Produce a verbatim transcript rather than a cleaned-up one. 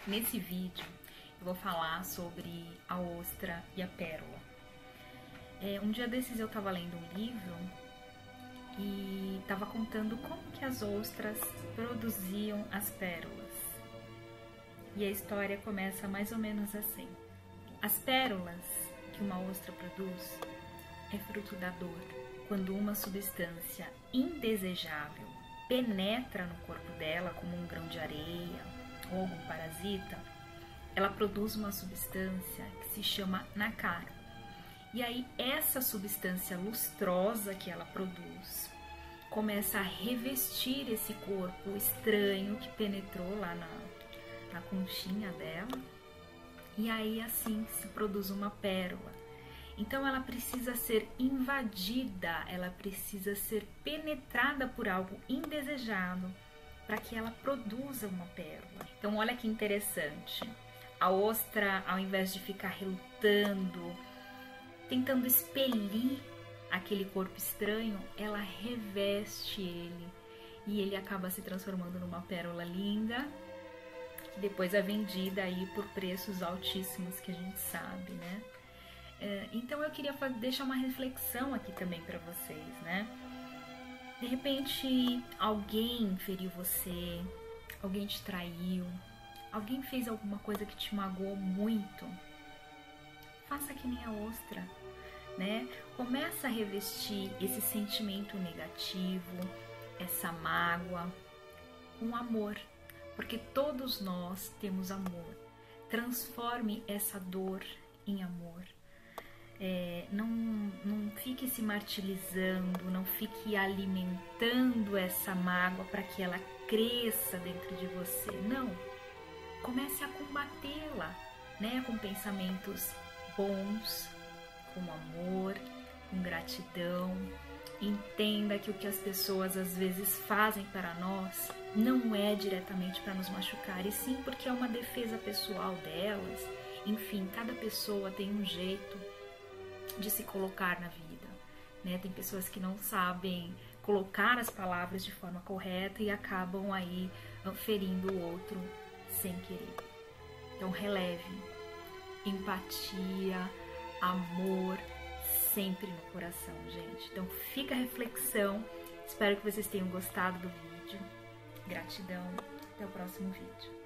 Nesse vídeo eu vou falar sobre a ostra e a pérola. É, um dia desses eu estava lendo um livro e estava contando como que as ostras produziam as pérolas. E a história começa mais ou menos assim. As pérolas que uma ostra produz é fruto da dor. Quando uma substância indesejável penetra no corpo dela, como um grão de areia ou algum parasita, ela produz uma substância que se chama nácar. E aí essa substância lustrosa que ela produz começa a revestir esse corpo estranho que penetrou lá na, na conchinha dela. E aí assim se produz uma pérola. Então ela precisa ser invadida, ela precisa ser penetrada por algo indesejado para que ela produza uma pérola. Então olha que interessante. A ostra, ao invés de ficar relutando, tentando expelir aquele corpo estranho, ela reveste ele e ele acaba se transformando numa pérola linda, que depois é vendida aí por preços altíssimos que a gente sabe, né? Então eu queria deixar uma reflexão aqui também para vocês, né? De repente alguém feriu você, alguém te traiu, alguém fez alguma coisa que te magoou muito. Faça que nem a ostra, né? Começa a revestir esse sentimento negativo, essa mágoa, com amor, porque todos nós temos amor. Transforme essa dor em amor. É, não, não fique se martirizando, não fique alimentando essa mágoa para que ela cresça dentro de você. Não, comece a combatê-la, né, com pensamentos bons, com amor, com gratidão. Entenda que o que as pessoas às vezes fazem para nós não é diretamente para nos machucar, e sim porque é uma defesa pessoal delas. Enfim, cada pessoa tem um jeito de se colocar na vida, né? Tem pessoas que não sabem colocar as palavras de forma correta e acabam aí ferindo o outro sem querer. Então releve, empatia, amor sempre no coração, gente. Então fica a reflexão, espero que vocês tenham gostado do vídeo. Gratidão, até o próximo vídeo.